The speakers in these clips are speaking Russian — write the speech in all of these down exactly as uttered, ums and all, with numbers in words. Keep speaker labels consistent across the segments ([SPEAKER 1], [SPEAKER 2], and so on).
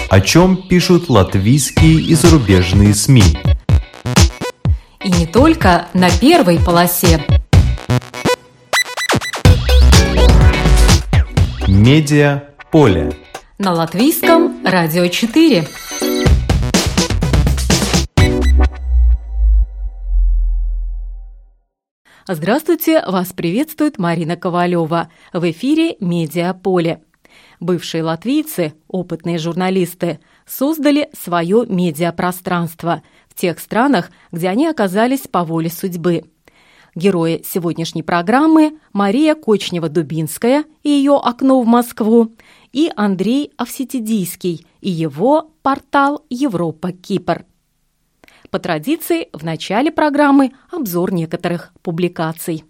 [SPEAKER 1] О чем пишут латвийские и зарубежные СМИ.
[SPEAKER 2] И не только на первой полосе.
[SPEAKER 1] Медиаполе.
[SPEAKER 2] На Латвийском радио четыре. Здравствуйте, вас приветствует Марина Ковалева. В эфире «Медиаполе». Бывшие латвийцы, опытные журналисты, создали свое медиапространство в тех странах, где они оказались по воле судьбы. Герои сегодняшней программы – Мария Кочнева-Дубинская и ее «Окно в Москву», и Андрей Авситидийский и его портал «Европа-Кипр». По традиции, в начале программы обзор некоторых публикаций.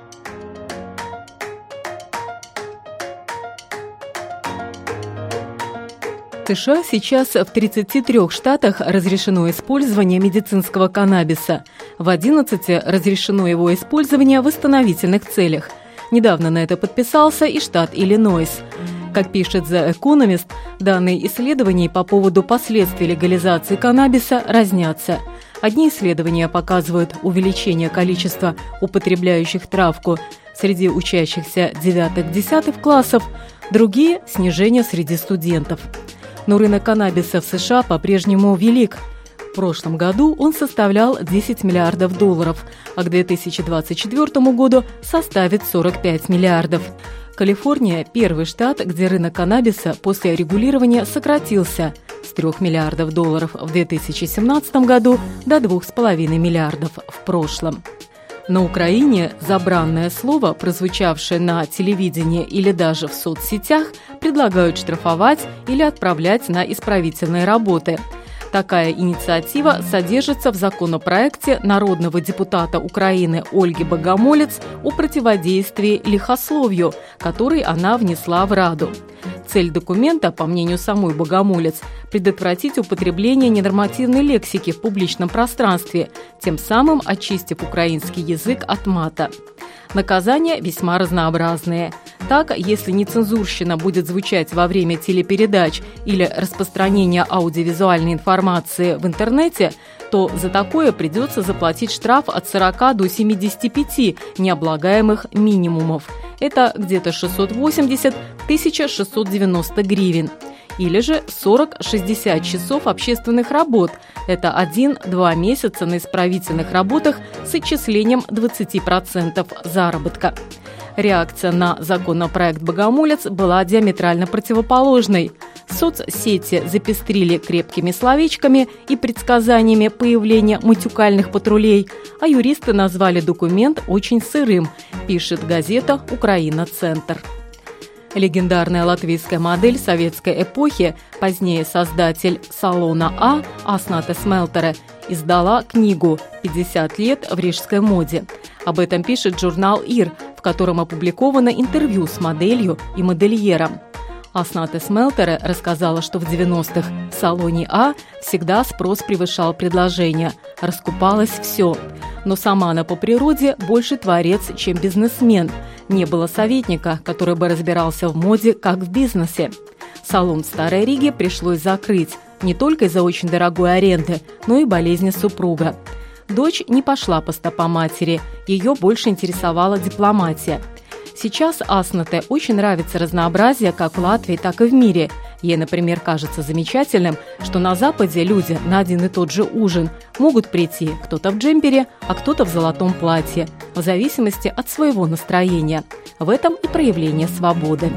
[SPEAKER 2] В США сейчас в тридцати трёх штатах разрешено использование медицинского каннабиса. В одиннадцати разрешено его использование в восстановительных целях. Недавно на это подписался и штат Иллинойс. Как пишет The Economist, данные исследований по поводу последствий легализации каннабиса разнятся. Одни исследования показывают увеличение количества употребляющих травку среди учащихся девятых-десятых классов, другие – снижение среди студентов. Но рынок каннабиса в США по-прежнему велик. В прошлом году он составлял десять миллиардов долларов, а к две тысячи двадцать четвёртому году составит сорок пять миллиардов. Калифорния – первый штат, где рынок каннабиса после регулирования сократился с трёх миллиардов долларов в две тысячи семнадцатом году до двух с половиной миллиардов в прошлом. На Украине забранное слово, прозвучавшее на телевидении или даже в соцсетях, предлагают штрафовать или отправлять на исправительные работы. Такая инициатива содержится в законопроекте народного депутата Украины Ольги Богомолец о противодействии лихословию, который она внесла в Раду. Цель документа, по мнению самой Богомолец, предотвратить употребление ненормативной лексики в публичном пространстве, тем самым очистив украинский язык от мата. Наказания весьма разнообразные. Так, если нецензурщина будет звучать во время телепередач или распространения аудиовизуальной информации в интернете, то за такое придется заплатить штраф от сорока до семидесяти пяти необлагаемых минимумов. Это где-то шестьсот восемьдесят - тысяча шестьсот девяносто гривен. Или же сорок-шестьдесят часов общественных работ. Это один-два месяца на исправительных работах с отчислением двадцати процентов заработка. Реакция на законопроект Богомолец была диаметрально противоположной. Соцсети запестрили крепкими словечками и предсказаниями появления матюкальных патрулей, а юристы назвали документ очень сырым, пишет газета «Украина-Центр». Легендарная латвийская модель советской эпохи, позднее создатель салона А Аснате Смелтере, издала книгу «пятьдесят лет в рижской моде». Об этом пишет журнал «Ир», в котором опубликовано интервью с моделью и модельером. Аснате Смелтере рассказала, что в девяностых в салоне А всегда спрос превышал предложение, раскупалось все. Но сама она по природе больше творец, чем бизнесмен. Не было советника, который бы разбирался в моде, как в бизнесе. Салон в Старой Риге пришлось закрыть не только из-за очень дорогой аренды, но и болезни супруга. Дочь не пошла по стопам матери, ее больше интересовала дипломатия. Сейчас Аснате очень нравится разнообразие как в Латвии, так и в мире. Ей, например, кажется замечательным, что на Западе люди на один и тот же ужин могут прийти кто-то в джемпере, а кто-то в золотом платье, в зависимости от своего настроения. В этом и проявление свободы.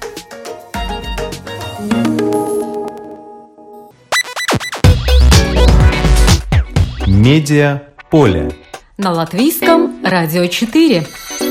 [SPEAKER 1] Медиаполе.
[SPEAKER 2] На Латвийском радио четыре.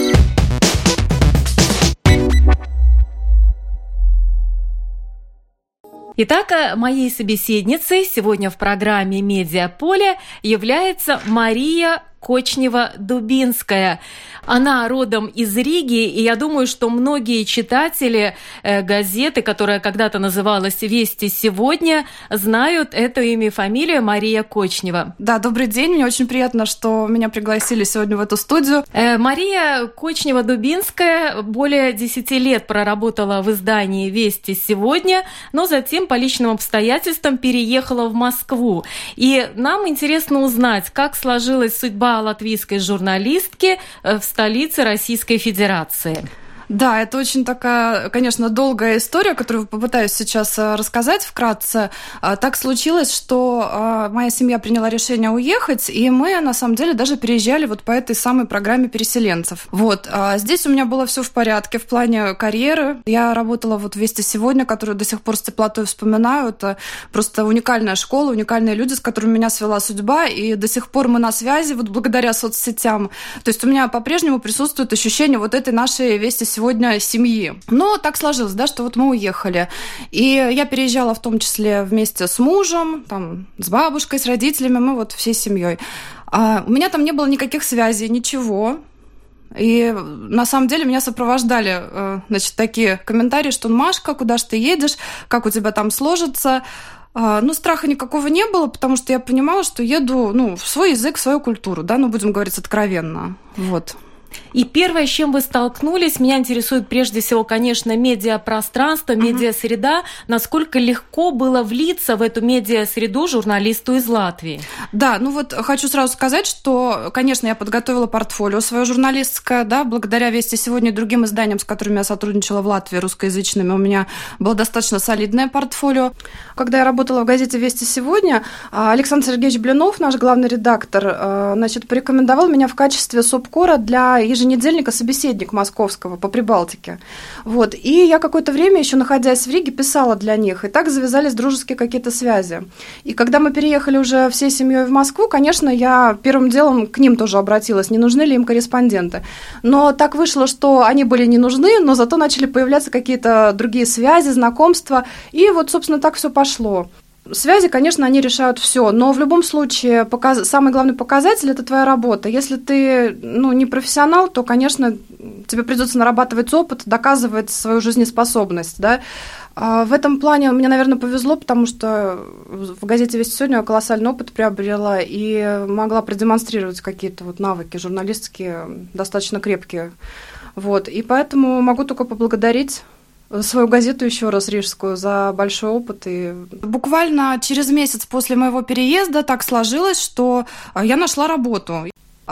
[SPEAKER 2] Итак, моей собеседницей сегодня в программе «Медиаполе» является Мария Кочнева-Дубинская. Она родом из Риги, и я думаю, что многие читатели э, газеты, которая когда-то называлась «Вести сегодня», знают это имя и фамилию Мария Кочнева.
[SPEAKER 3] Да, добрый день. Мне очень приятно, что меня пригласили сегодня в эту студию.
[SPEAKER 2] Э, Мария Кочнева-Дубинская более десяти лет проработала в издании «Вести сегодня», но затем по личным обстоятельствам переехала в Москву. И нам интересно узнать, как сложилась судьба латвийской журналистки в столице Российской Федерации.
[SPEAKER 3] Да, это очень такая, конечно, долгая история, которую попытаюсь сейчас рассказать вкратце. Так случилось, что моя семья приняла решение уехать, и мы, на самом деле, даже переезжали вот по этой самой программе переселенцев. Вот. Здесь у меня было все в порядке в плане карьеры. Я работала вот в «Вести сегодня», которую до сих пор с теплотой вспоминаю. Это просто уникальная школа, уникальные люди, с которыми меня свела судьба, и до сих пор мы на связи, вот благодаря соцсетям. То есть у меня по-прежнему присутствует ощущение вот этой нашей «Вести сегодня» семьи. Но так сложилось, да, что вот мы уехали. И я переезжала в том числе вместе с мужем, там, с бабушкой, с родителями, мы вот всей семьей. А у меня там не было никаких связей, ничего. И на самом деле меня сопровождали, значит, такие комментарии, что «Машка, куда ж ты едешь? Как у тебя там сложится?» Ну, страха никакого не было, потому что я понимала, что еду, ну, в свой язык, в свою культуру, да, ну, будем говорить откровенно. Вот.
[SPEAKER 2] И первое, с чем вы столкнулись, меня интересует прежде всего, конечно, медиапространство, медиасреда. Uh-huh. Насколько легко было влиться в эту медиасреду журналисту из Латвии?
[SPEAKER 3] Да, ну вот хочу сразу сказать, что, конечно, я подготовила портфолио свое журналистское, да, благодаря «Вести сегодня» и другим изданиям, с которыми я сотрудничала в Латвии, русскоязычными, у меня было достаточно солидное портфолио. Когда я работала в газете «Вести сегодня», Александр Сергеевич Блинов, наш главный редактор, значит, порекомендовал меня в качестве субкора для еженедельника «Собеседник» московского по Прибалтике. Вот. И я какое-то время, еще находясь в Риге, писала для них. И так завязались дружеские какие-то связи. И когда мы переехали уже всей семьей в Москву, конечно, я первым делом к ним тоже обратилась, не нужны ли им корреспонденты. Но так вышло, что они были не нужны, но зато начали появляться какие-то другие связи, знакомства. И вот, собственно, так все пошло. Связи, конечно, они решают все, но в любом случае показ... самый главный показатель – это твоя работа. Если ты, ну, не профессионал, то, конечно, тебе придется нарабатывать опыт, доказывать свою жизнеспособность, да. А в этом плане мне, наверное, повезло, потому что в газете «Вести сегодня» я колоссальный опыт приобрела и могла продемонстрировать какие-то вот навыки журналистские достаточно крепкие. Вот. И поэтому могу только поблагодарить свою газету еще раз, рижскую, за большой опыт. И буквально через месяц после моего переезда так сложилось, что я нашла работу.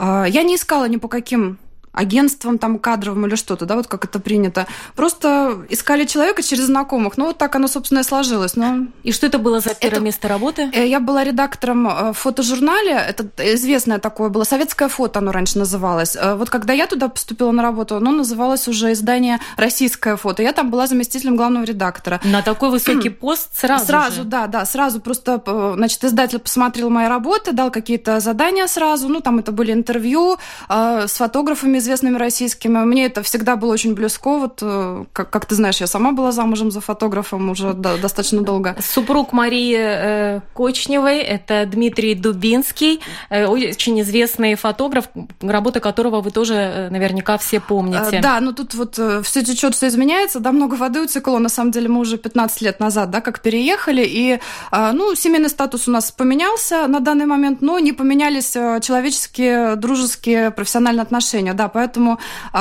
[SPEAKER 3] Я не искала ни по каким агентством там кадровым или что-то, да, вот как это принято. Просто искали человека через знакомых. Ну, вот так оно, собственно, и сложилось. Но...
[SPEAKER 2] И что это было за первое
[SPEAKER 3] это...
[SPEAKER 2] место работы?
[SPEAKER 3] Я была редактором в фотожурнале. Это известное такое было. «Советское фото» оно раньше называлось. Вот когда я туда поступила на работу, оно называлось уже издание «Российское фото». Я там была заместителем главного редактора.
[SPEAKER 2] На такой высокий пост сразу
[SPEAKER 3] Сразу,
[SPEAKER 2] же.
[SPEAKER 3] да, да. Сразу просто, значит, издатель посмотрел мои работы, дал какие-то задания сразу. Ну, там это были интервью с фотографами известными российскими. Мне это всегда было очень близко. Вот, как, как ты знаешь, я сама была замужем за фотографом уже до, достаточно долго.
[SPEAKER 2] Супруг Марии э, Кочневой – это Дмитрий Дубинский, э, очень известный фотограф, работа которого вы тоже наверняка все помните.
[SPEAKER 3] Да, но тут вот все течет, все изменяется, да, много воды утекло. На самом деле мы уже пятнадцать лет назад, да, как переехали, и, ну, семейный статус у нас поменялся на данный момент, но не поменялись человеческие, дружеские, профессиональные отношения, да, поэтому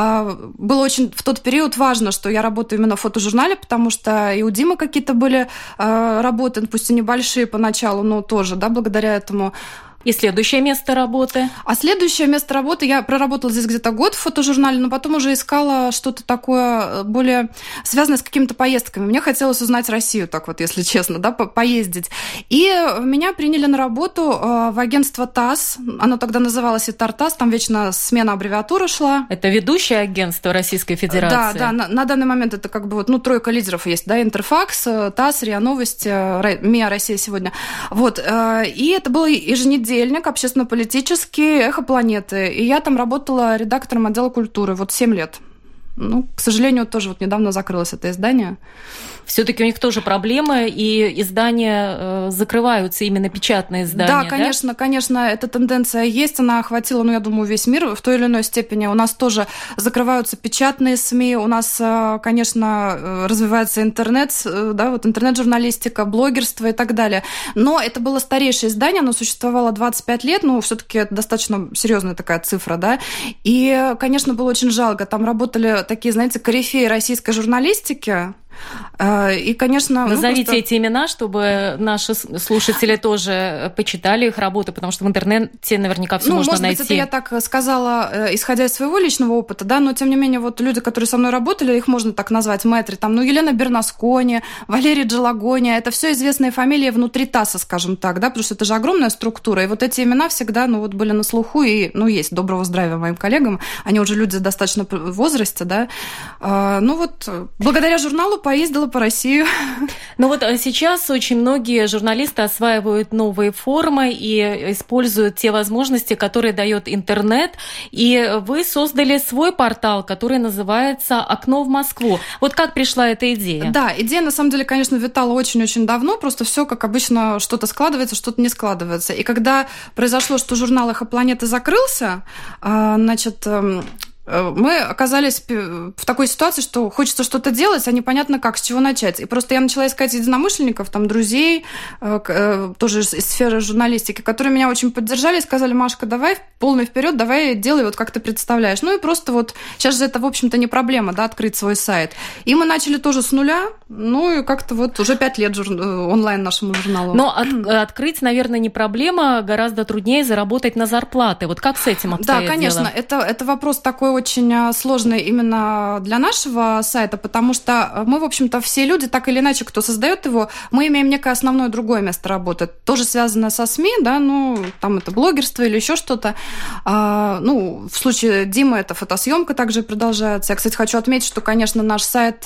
[SPEAKER 3] было очень в тот период важно, что я работаю именно в фотожурнале, потому что и у Димы какие-то были работы, пусть и небольшие поначалу, но тоже, да, благодаря этому.
[SPEAKER 2] И следующее место работы?
[SPEAKER 3] А следующее место работы, я проработала здесь где-то год в фотожурнале, но потом уже искала что-то такое более связанное с какими-то поездками. Мне хотелось узнать Россию, так вот, если честно, да, по- поездить. И меня приняли на работу в агентство ТАСС, оно тогда называлось и ТАРТАСС, там вечно смена аббревиатуры шла.
[SPEAKER 2] Это ведущее агентство Российской Федерации?
[SPEAKER 3] Да, да, на, на данный момент это как бы вот, ну, тройка лидеров есть, да, Интерфакс, ТАСС, РИА Новости, МИА Россия сегодня. Вот, и это было еженедельно. Общественно-политический, «Эхо планеты». И я там работала редактором отдела культуры, вот семь лет. ну, к сожалению, тоже вот недавно закрылось это издание.
[SPEAKER 2] Все-таки у них тоже проблемы, и издания э, закрываются, именно печатные издания.
[SPEAKER 3] Да, конечно, да? конечно, эта тенденция есть, она охватила, ну, я думаю, весь мир в той или иной степени. У нас тоже закрываются печатные СМИ, у нас, конечно, развивается интернет, да, вот интернет-журналистика, блогерство и так далее. Но это было старейшее издание, оно существовало двадцать пять лет, ну, все-таки это достаточно серьезная такая цифра, да. И, конечно, было очень жалко. Там работали такие, знаете, корифеи российской журналистики. И, конечно...
[SPEAKER 2] Назовите ну, просто... эти имена, чтобы наши слушатели тоже почитали их работы, потому что в интернете наверняка все
[SPEAKER 3] ну,
[SPEAKER 2] можно
[SPEAKER 3] может
[SPEAKER 2] найти.
[SPEAKER 3] Быть, это я так сказала, исходя из своего личного опыта, да, но, тем не менее, вот люди, которые со мной работали, их можно так назвать, мэтры, там, ну, Елена Бернаскони, Валерий Джелагони, это все известные фамилии внутри ТАССа, скажем так, да, потому что это же огромная структура, и вот эти имена всегда, ну, вот были на слуху, и, ну, есть доброго здравия моим коллегам, они уже люди достаточно в возрасте, да, ну, вот, благодаря журналу поездила по России.
[SPEAKER 2] Ну вот сейчас очень многие журналисты осваивают новые формы и используют те возможности, которые дает интернет. И вы создали свой портал, который называется «Окно в Москву». Вот как пришла эта идея?
[SPEAKER 3] Да, идея на самом деле, конечно, витала очень-очень давно. Просто все, как обычно, что-то складывается, что-то не складывается. И когда произошло, что журнал «Эхопланеты» закрылся, значит... мы оказались в такой ситуации, что хочется что-то делать, а непонятно как, с чего начать. И просто я начала искать единомышленников, там, друзей, тоже из сферы журналистики, которые меня очень поддержали и сказали: Машка, давай полный вперед, давай делай вот как ты представляешь. Ну и просто вот сейчас же это, в общем-то, не проблема, да, открыть свой сайт. И мы начали тоже с нуля, ну и как-то вот уже пять лет жур... онлайн нашему журналу.
[SPEAKER 2] Но от, открыть, наверное, не проблема, гораздо труднее заработать на зарплаты. Вот как с этим обстоит
[SPEAKER 3] Да, конечно,
[SPEAKER 2] дело?
[SPEAKER 3] это, это вопрос такой очень сложный именно для нашего сайта, потому что мы, в общем-то, все люди, так или иначе, кто создает его, мы имеем некое основное другое место работы, тоже связано со СМИ, да, ну, там это блогерство или еще что-то. А, ну, в случае Димы это фотосъемка также продолжается. Я, кстати, хочу отметить, что, конечно, наш сайт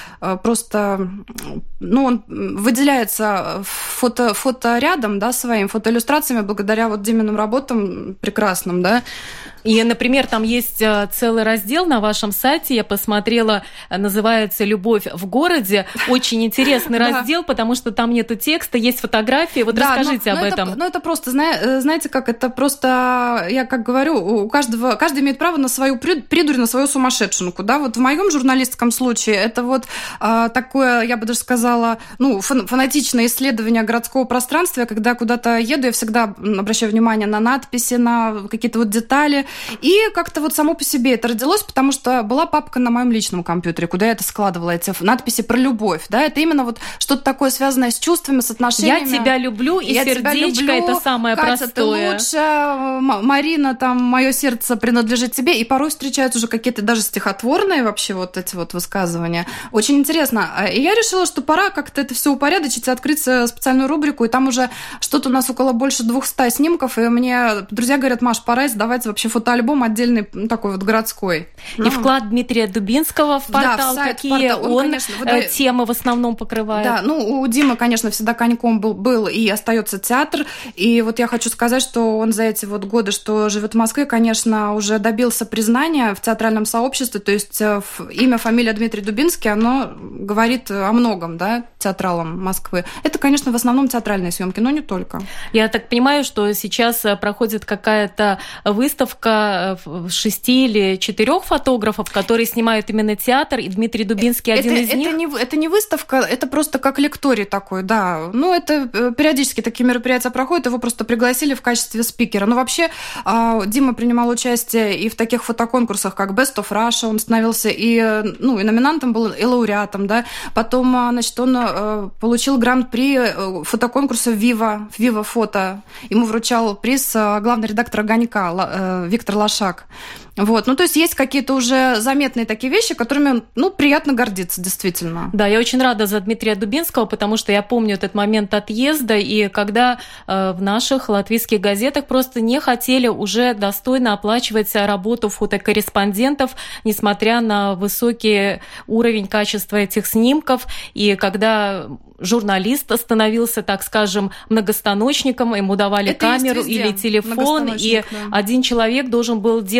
[SPEAKER 3] просто, ну, он выделяется фото, фоторядом, да, своим фотоиллюстрациями благодаря вот Диминым работам прекрасным, да.
[SPEAKER 2] И, например, там есть целый раздел на вашем сайте, я посмотрела, называется «Любовь в городе». Очень интересный раздел, потому что там нету текста, есть фотографии. Вот расскажите об этом.
[SPEAKER 3] Ну, это просто, знаете как, это просто, я как говорю, у каждого, каждый имеет право на свою придурь, на свою сумасшедшенку, да. Вот в моем журналистском случае это вот такое, я бы даже сказала, ну, фанатичное исследование городского пространства. Когда куда-то еду, я всегда обращаю внимание на надписи, на какие-то вот детали. И как-то вот само по себе это родилось, потому что была папка на моем личном компьютере, куда я это складывала, эти надписи про любовь, да, это именно вот что-то такое связанное с чувствами, с отношениями.
[SPEAKER 2] Я тебя люблю, и
[SPEAKER 3] я
[SPEAKER 2] сердечко
[SPEAKER 3] люблю,
[SPEAKER 2] это самое
[SPEAKER 3] Катя,
[SPEAKER 2] простое.
[SPEAKER 3] Ты лучше, Марина, там, мое сердце принадлежит тебе, и порой встречаются уже какие-то даже стихотворные вообще вот эти вот высказывания. Очень интересно. И я решила, что пора как-то это все упорядочить, открыть специальную рубрику, и там уже что-то у нас около больше двухсот снимков, и мне друзья говорят: Маш, пора издавать вообще фото альбом отдельный, ну, такой вот городской.
[SPEAKER 2] И ну. вклад Дмитрия Дубинского в портал, да, в сайт, какие портал. Он, он конечно, вот, темы в основном покрывает?
[SPEAKER 3] Да, ну, у Димы, конечно, всегда коньком был, был и остается театр. И вот я хочу сказать, что он за эти вот годы, что живет в Москве, конечно, уже добился признания в театральном сообществе. То есть имя, фамилия Дмитрий Дубинский, оно говорит о многом, да, театралам Москвы. Это, конечно, в основном театральные съемки, но не только.
[SPEAKER 2] Я так понимаю, что сейчас проходит какая-то выставка шести или четырех фотографов, которые снимают именно театр, и Дмитрий Дубинский один
[SPEAKER 3] это,
[SPEAKER 2] из
[SPEAKER 3] это
[SPEAKER 2] них.
[SPEAKER 3] Не, это не выставка, это просто как лекторий такой, да. Ну, это периодически такие мероприятия проходят, его просто пригласили в качестве спикера. Но вообще Дима принимал участие и в таких фотоконкурсах, как Best of Russia, он становился и, ну, и номинантом был, и лауреатом, да. Потом, значит, он получил гран-при фотоконкурса Viva, Viva Фото. Ему вручал приз главный редактор «Огонька» Виктор Лошак. Вот. Ну, то есть есть какие-то уже заметные такие вещи, которыми, ну, приятно гордиться, действительно.
[SPEAKER 2] Да, я очень рада за Дмитрия Дубинского, потому что я помню этот момент отъезда, и когда э, в наших латвийских газетах просто не хотели уже достойно оплачивать работу фотокорреспондентов, несмотря на высокий уровень качества этих снимков, и когда журналист становился, так скажем, многостаночником, ему давали это камеру или телефон, и да. один человек должен был делать все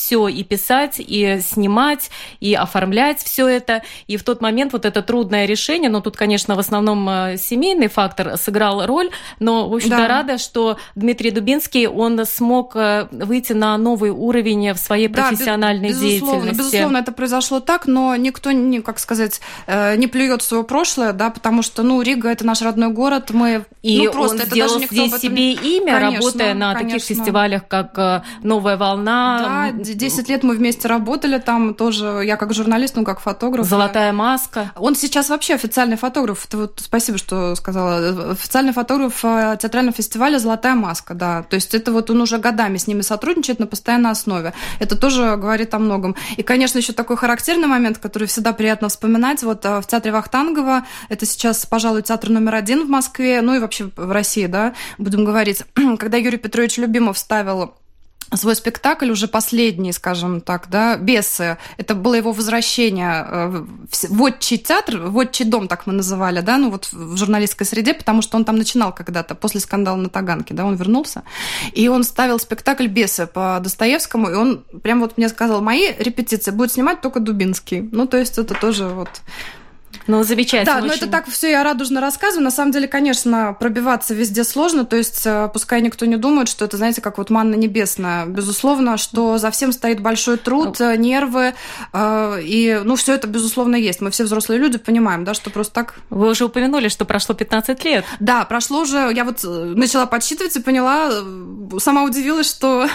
[SPEAKER 2] все и писать, и снимать, и оформлять все это. И в тот момент вот это трудное решение, но тут, конечно, в основном семейный фактор сыграл роль, но, в общем-то, да. рада, что Дмитрий Дубинский, он смог выйти на новый уровень в своей профессиональной
[SPEAKER 3] да, безусловно,
[SPEAKER 2] деятельности.
[SPEAKER 3] Безусловно, это произошло так, но никто, не, как сказать, не плюет в свое прошлое, да, потому что, ну, Рига – это наш родной город, мы…
[SPEAKER 2] И
[SPEAKER 3] ну, просто,
[SPEAKER 2] он
[SPEAKER 3] это
[SPEAKER 2] сделал
[SPEAKER 3] даже никто
[SPEAKER 2] здесь
[SPEAKER 3] об этом...
[SPEAKER 2] себе имя, конечно, работая на конечно. таких фестивалях, как «Новая волна».
[SPEAKER 3] Да, десять лет мы вместе работали там тоже, я как журналист, ну, как фотограф.
[SPEAKER 2] «Золотая маска».
[SPEAKER 3] Он сейчас вообще официальный фотограф, это вот спасибо, что сказала, официальный фотограф театрального фестиваля «Золотая маска», да, то есть это вот он уже годами с ними сотрудничает на постоянной основе. Это тоже говорит о многом. И, конечно, еще такой характерный момент, который всегда приятно вспоминать, вот в театре Вахтангова, это сейчас, пожалуй, театр номер один в Москве, ну и вообще в России, да, будем говорить, когда Юрий Петрович Любимов ставил свой спектакль, уже последний, скажем так, да, «Бесы». Это было его возвращение в отчий театр, в отчий дом, так мы называли, да, ну вот в журналистской среде, потому что он там начинал когда-то, после скандала на Таганке, да, он вернулся, и он ставил спектакль «Бесы» по Достоевскому, и он прям вот мне сказал, мои репетиции будет снимать только Дубинский. Ну, то есть это тоже вот...
[SPEAKER 2] Ну, замечательно.
[SPEAKER 3] Да, но очень. Это так все я радужно рассказываю. На самом деле, конечно, пробиваться везде сложно. То есть, пускай никто не думает, что это, знаете, как вот манна небесная. Безусловно, что за всем стоит большой труд, нервы. И, ну, все это, безусловно, есть. Мы все взрослые люди понимаем, да, что просто так...
[SPEAKER 2] Вы уже упомянули, что прошло пятнадцать лет.
[SPEAKER 3] Да, прошло уже... Я вот начала подсчитывать и поняла, сама удивилась, что...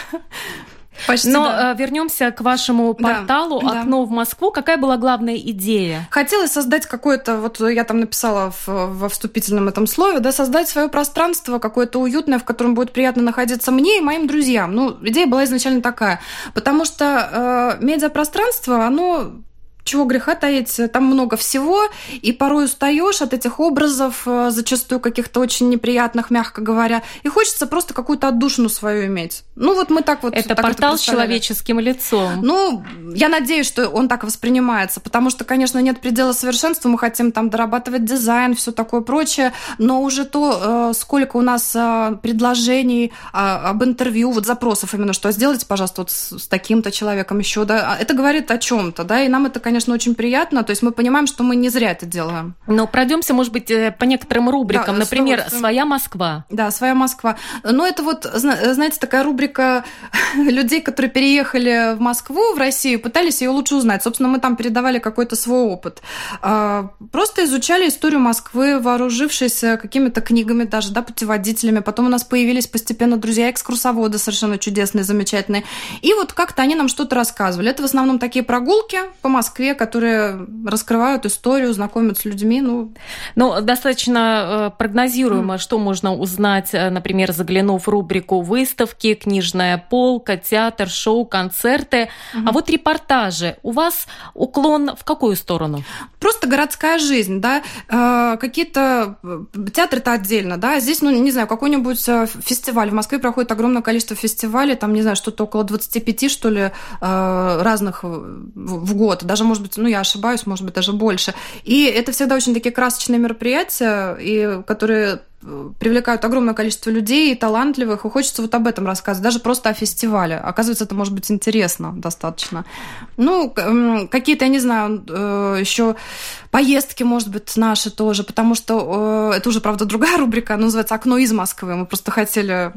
[SPEAKER 3] Почти,
[SPEAKER 2] Но
[SPEAKER 3] да.
[SPEAKER 2] вернемся к вашему порталу да, «Окно да. в Москву». Какая была главная идея?
[SPEAKER 3] Хотелось создать какое-то, вот я там написала в, во вступительном этом слове, да, создать свое пространство какое-то уютное, в котором будет приятно находиться мне и моим друзьям. Ну, идея была изначально такая, потому что э, медиапространство, оно... Чего греха таить, там много всего, и порой устаешь от этих образов, зачастую каких-то очень неприятных, мягко говоря, и хочется просто какую-то отдушину свою иметь. Ну вот мы так вот...
[SPEAKER 2] Это
[SPEAKER 3] так
[SPEAKER 2] портал
[SPEAKER 3] это
[SPEAKER 2] с человеческим лицом.
[SPEAKER 3] Ну, я надеюсь, что он так воспринимается, потому что, конечно, нет предела совершенства, мы хотим там дорабатывать дизайн, все такое прочее, но уже то, сколько у нас предложений об интервью, вот запросов именно, что сделайте, пожалуйста, вот с таким-то человеком еще, да, это говорит о чем-то, да, и нам это, конечно, конечно, очень приятно. То есть мы понимаем, что мы не зря это делаем.
[SPEAKER 2] Но пройдемся, может быть, по некоторым рубрикам. Да, например, «Своя Москва».
[SPEAKER 3] Да, «Своя Москва». Но это вот, знаете, такая рубрика людей, которые переехали в Москву, в Россию, пытались ее лучше узнать. Собственно, мы там передавали какой-то свой опыт. Просто изучали историю Москвы, вооружившись какими-то книгами даже, да, путеводителями. Потом у нас появились постепенно друзья-экскурсоводы совершенно чудесные, замечательные. И вот как-то они нам что-то рассказывали. Это в основном такие прогулки по Москве, которые раскрывают историю, знакомят с людьми. Ну,
[SPEAKER 2] ну достаточно прогнозируемо, mm. что можно узнать, например, заглянув в рубрику «Выставки», «Книжная полка», «Театр», «Шоу», «Концерты». Mm-hmm. А вот репортажи. У вас уклон в какую сторону?
[SPEAKER 3] Просто городская жизнь, да. Какие-то театры-то отдельно, да. Здесь, ну, не знаю, какой-нибудь фестиваль. В Москве проходит огромное количество фестивалей, там, не знаю, что-то около двадцать пять, что ли, разных в год. Даже, может быть, ну, я ошибаюсь, может быть, даже больше. И это всегда очень такие красочные мероприятия, и которые привлекают огромное количество людей, талантливых, и хочется вот об этом рассказывать, даже просто о фестивале. Оказывается, это может быть интересно достаточно. Ну, какие-то, я не знаю, еще поездки, может быть, наши тоже, потому что это уже, правда, другая рубрика, она называется «Окно из Москвы». Мы просто хотели...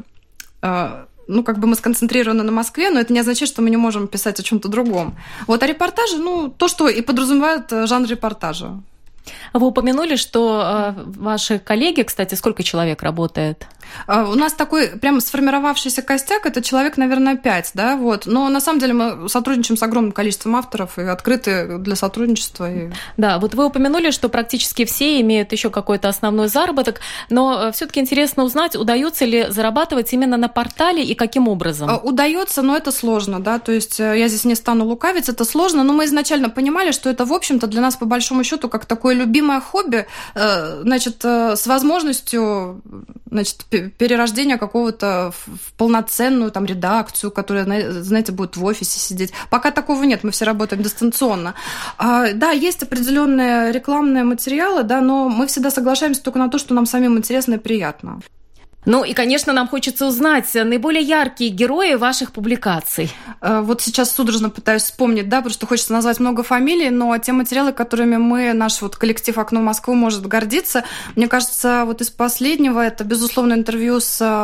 [SPEAKER 3] Ну, как бы мы сконцентрированы на Москве, но это не означает, что мы не можем писать о чем-то другом. Вот, а репортажи, ну, то, что и подразумевает жанр репортажа.
[SPEAKER 2] Вы упомянули, что э, ваши коллеги, кстати, сколько человек работает?
[SPEAKER 3] У нас такой прям сформировавшийся костяк, это человек, наверное, пять, да, вот. Но на самом деле мы сотрудничаем с огромным количеством авторов и открыты для сотрудничества. И...
[SPEAKER 2] Да, вот вы упомянули, что практически все имеют еще какой-то основной заработок, но все-таки интересно узнать, удается ли зарабатывать именно на портале и каким образом?
[SPEAKER 3] Удается, но это сложно, да, то есть я здесь не стану лукавить, это сложно, но мы изначально понимали, что это, в общем-то, для нас по большому счету как такое любимое хобби, значит, с возможностью, значит, перерождения какого-то в полноценную там редакцию, которая, знаете, будет в офисе сидеть. Пока такого нет, мы все работаем дистанционно. А, да, есть определенные рекламные материалы, да, но мы всегда соглашаемся только на то, что нам самим интересно и приятно.
[SPEAKER 2] Ну и, конечно, нам хочется узнать наиболее яркие герои ваших публикаций.
[SPEAKER 3] Вот сейчас судорожно пытаюсь вспомнить, да, потому что хочется назвать много фамилий, но те материалы, которыми мы, наш вот коллектив «Окно в Москву» может гордиться, мне кажется, вот из последнего это, безусловно, интервью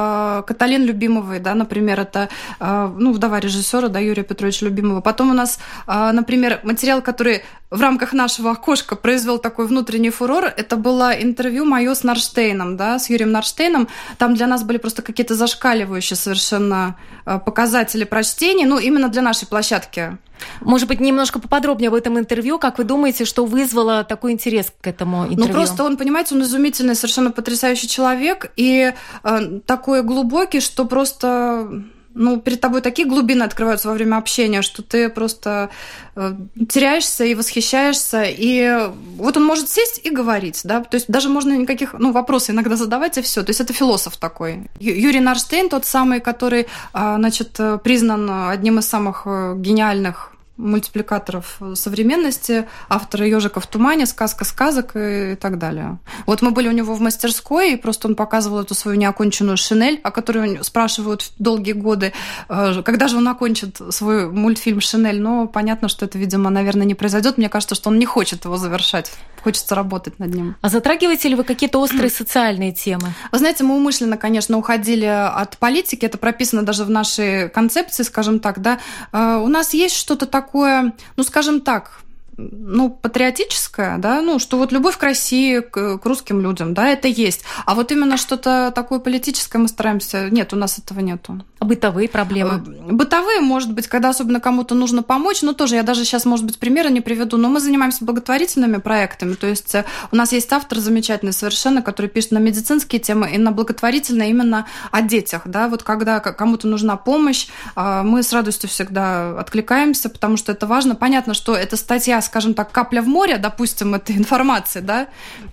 [SPEAKER 3] с Каталин Любимовой, да, например, это, ну, вдова режиссера, да, Юрия Петровича Любимова. Потом у нас, например, материал, который в рамках нашего окошка произвел такой внутренний фурор, это было интервью мое с Нарштейном, да, с Юрием Нарштейном. Там для нас были просто какие-то зашкаливающие совершенно показатели прочтений, ну, именно для нашей площадки.
[SPEAKER 2] Может быть, немножко поподробнее об этом интервью. Как вы думаете, что вызвало такой интерес к этому интервью?
[SPEAKER 3] Ну, просто он, понимаете, он изумительный, совершенно потрясающий человек и э, такой глубокий, что просто... Ну, перед тобой такие глубины открываются во время общения, что ты просто э, теряешься и восхищаешься. И вот он может сесть и говорить, да, то есть даже можно никаких, ну, вопросов иногда задавать, и все. То есть это философ такой. Юрий Нарштейн, тот самый, который, э, значит, признан одним из самых гениальных мультипликаторов современности, автора «Ёжика в тумане», «Сказка сказок» и так далее. Вот мы были у него в мастерской, и просто он показывал эту свою неоконченную «Шинель», о которой спрашивают долгие годы, когда же он окончит свой мультфильм «Шинель». Но понятно, что это, видимо, наверное, не произойдет. Мне кажется, что он не хочет его завершать. Хочется работать над ним.
[SPEAKER 2] А затрагиваете ли вы какие-то острые социальные темы?
[SPEAKER 3] Вы знаете, мы умышленно, конечно, уходили от политики. Это прописано даже в нашей концепции, скажем так, да. У нас есть что-то такое, ну, скажем так, ну, патриотическое, да, ну, что вот любовь к России, к, к русским людям, да, это есть. А вот именно что-то такое политическое мы стараемся... Нет, у нас этого нету.
[SPEAKER 2] А бытовые проблемы?
[SPEAKER 3] Бытовые, может быть, когда особенно кому-то нужно помочь, но тоже я даже сейчас, может быть, примера не приведу, но мы занимаемся благотворительными проектами, то есть у нас есть автор замечательный совершенно, который пишет на медицинские темы и на благотворительные именно о детях, да, вот когда кому-то нужна помощь, мы с радостью всегда откликаемся, потому что это важно. Понятно, что эта статья, скажем так, капля в море, допустим, этой информации, да,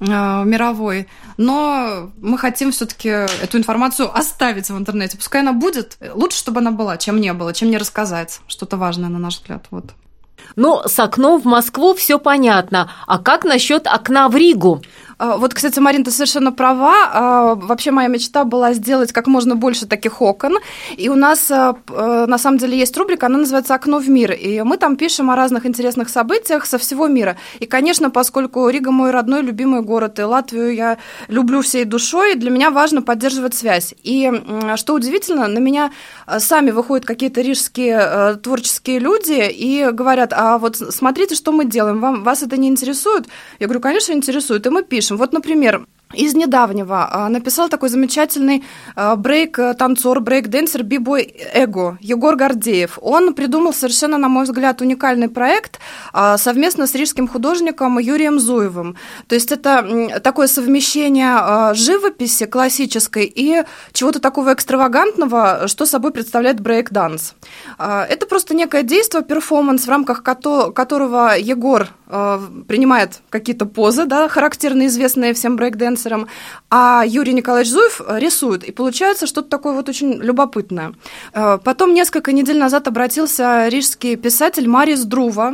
[SPEAKER 3] мировой, но мы хотим все-таки эту информацию оставить в интернете. Пускай она будет, лучше, чтобы она была, чем не было, чем не рассказать что-то важное, на наш взгляд. Вот.
[SPEAKER 2] Ну, с окном в Москву все понятно. А как насчет окна в Ригу?
[SPEAKER 3] Вот, кстати, Марин, ты совершенно права. Вообще моя мечта была сделать как можно больше таких окон. И у нас, на самом деле, есть рубрика, она называется «Окно в мир». И мы там пишем о разных интересных событиях со всего мира. И, конечно, поскольку Рига мой родной, любимый город, и Латвию я люблю всей душой, для меня важно поддерживать связь. И, что удивительно, на меня сами выходят какие-то рижские творческие люди и говорят: а вот смотрите, что мы делаем, вам, вас это не интересует? Я говорю: конечно, интересует, и мы пишем. Вот, например, из недавнего написал такой замечательный брейк-танцор, брейк-дэнсер, би-бой Эго, Егор Гордеев. Он придумал совершенно, на мой взгляд, уникальный проект совместно с рижским художником Юрием Зуевым. То есть это такое совмещение живописи классической и чего-то такого экстравагантного, что собой представляет брейк-данс. Это просто некое действие, перформанс, в рамках которого Егор принимает какие-то позы, да, характерные, известные всем брейк-дэнсерам, а Юрий Николаевич Зуев рисует, и получается что-то такое вот очень любопытное. Потом несколько недель назад обратился рижский писатель Марис Друва,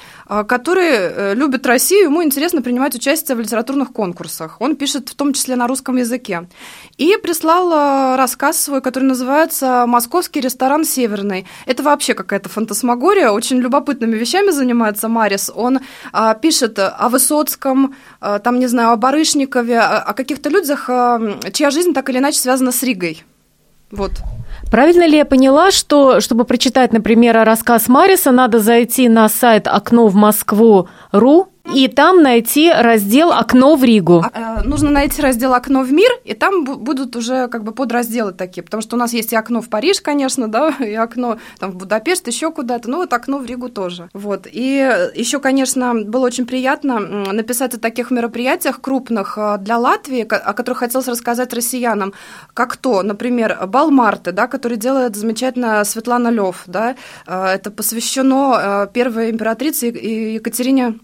[SPEAKER 3] который любит Россию, ему интересно принимать участие в литературных конкурсах. Он пишет в том числе на русском языке. И прислал рассказ свой, который называется «Московский ресторан Северный». Это вообще какая-то фантасмагория, очень любопытными вещами занимается Марис. Он а, пишет о Высоцком, а, там, не знаю, о Барышникове, о, о каких-то людях, а, чья жизнь так или иначе связана с Ригой. Вот.
[SPEAKER 2] Правильно ли я поняла, что, чтобы прочитать, например, рассказ Мариса, надо зайти на сайт «Окно в Москву точка ру» и там найти раздел «Окно в Ригу»?
[SPEAKER 3] А, нужно найти раздел «Окно в мир», и там будут уже как бы подразделы такие, потому что у нас есть и окно в Париж, конечно, да, и окно там в Будапешт, еще куда-то, ну вот окно в Ригу тоже. Вот. И еще, конечно, было очень приятно написать о таких мероприятиях крупных для Латвии, о которых хотелось рассказать россиянам, как то, например, бал Марты, да, который делает замечательно Светлана Лев, да, это посвящено первой императрице Екатерине Первой,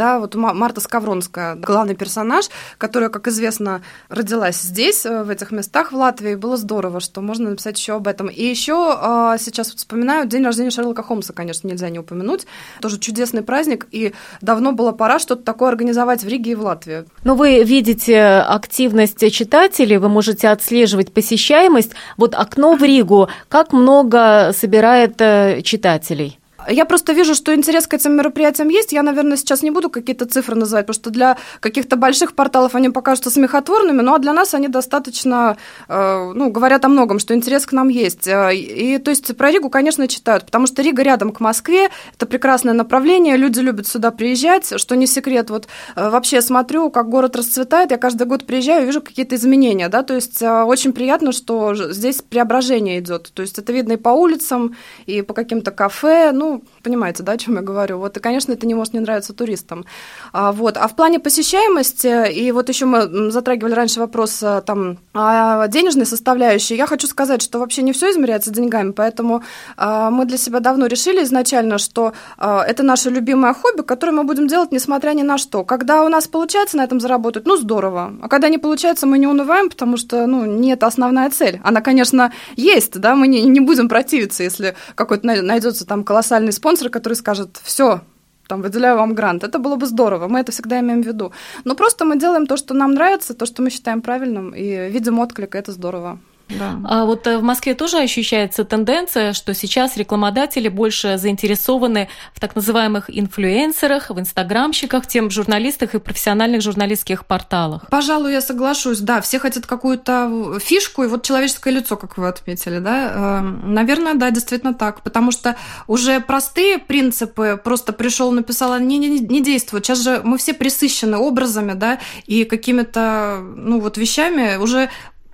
[SPEAKER 3] да, вот Марта Скавронская, главный персонаж, которая, как известно, родилась здесь, в этих местах в Латвии. Было здорово, что можно написать еще об этом. И еще сейчас вот вспоминаю день рождения Шерлока Холмса, конечно, нельзя не упомянуть. Тоже чудесный праздник, и давно было пора что-то такое организовать в Риге и в Латвии.
[SPEAKER 2] Но вы видите активность читателей, вы можете отслеживать посещаемость. Вот «Окно в Ригу», как много собирает читателей?
[SPEAKER 3] Я просто вижу, что интерес к этим мероприятиям есть. Я, наверное, сейчас не буду какие-то цифры называть, потому что для каких-то больших порталов они покажутся смехотворными, ну а для нас они достаточно, ну, говорят о многом, что интерес к нам есть. И, то есть, про Ригу, конечно, читают, потому что Рига рядом к Москве, это прекрасное направление, люди любят сюда приезжать, что не секрет. Вот вообще я смотрю, как город расцветает, я каждый год приезжаю и вижу какие-то изменения, да, то есть очень приятно, что здесь преображение идет. То есть это видно и по улицам, и по каким-то кафе, ну, понимаете, да, о чем я говорю? Вот, и, конечно, это не может не нравиться туристам. А, вот. А в плане посещаемости, и вот еще мы затрагивали раньше вопрос там, о денежной составляющей, я хочу сказать, что вообще не все измеряется деньгами, поэтому а, мы для себя давно решили изначально, что а, это наше любимое хобби, которое мы будем делать несмотря ни на что. Когда у нас получается на этом заработать, ну, здорово. А когда не получается, мы не унываем, потому что, ну, не это основная цель. Она, конечно, есть, да, мы не, не будем противиться, если какой-то найдется там колоссальный спонсор, который скажет: все, там, выделяю вам грант. Это было бы здорово, мы это всегда имеем в виду. Но просто мы делаем то, что нам нравится, то, что мы считаем правильным, и видим отклик, и это здорово. Да.
[SPEAKER 2] А вот в Москве тоже ощущается тенденция, что сейчас рекламодатели больше заинтересованы в так называемых инфлюенсерах, в инстаграмщиках, тем журналистах и профессиональных журналистских порталах.
[SPEAKER 3] Пожалуй, я соглашусь. Да, все хотят какую-то фишку, и вот человеческое лицо, как вы отметили, да, наверное, да, действительно так, потому что уже простые принципы, просто пришел, написал, они не, не, не действуют. Сейчас же мы все пресыщены образами, да, и какими-то, ну, вот вещами уже.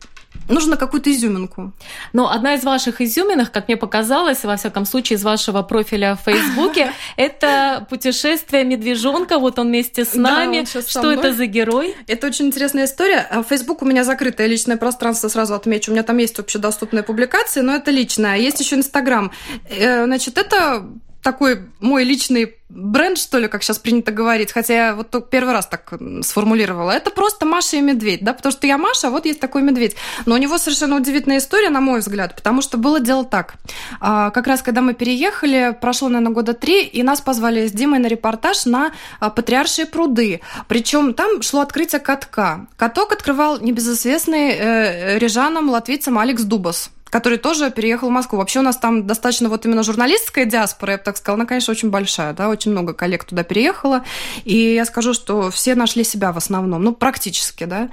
[SPEAKER 3] Нужно какую-то изюминку.
[SPEAKER 2] Но одна из ваших изюминок, как мне показалось, во всяком случае, из вашего профиля в Фейсбуке, это путешествие медвежонка. Вот он вместе с нами.
[SPEAKER 3] Да,
[SPEAKER 2] что это за герой?
[SPEAKER 3] Это очень интересная история. Фейсбук у меня закрытое личное пространство, сразу отмечу. У меня там есть общедоступные публикации, но это личное. Есть еще Инстаграм. Значит, это такой мой личный бренд, что ли, как сейчас принято говорить, хотя я вот только первый раз так сформулировала. Это просто Маша и медведь, да, потому что я Маша, а вот есть такой медведь. Но у него совершенно удивительная история, на мой взгляд, потому что было дело так. Как раз когда мы переехали, прошло, наверное, года три, и нас позвали с Димой на репортаж на Патриаршие пруды. Причем там шло открытие катка. Каток открывал небезызвестный э, рижанам, латвийцам Алекс Дубас, который тоже переехал в Москву. Вообще у нас там достаточно вот именно журналистская диаспора, я бы так сказала, она, конечно, очень большая, да, очень много коллег туда переехало, и я скажу, что все нашли себя в основном, ну, практически, да.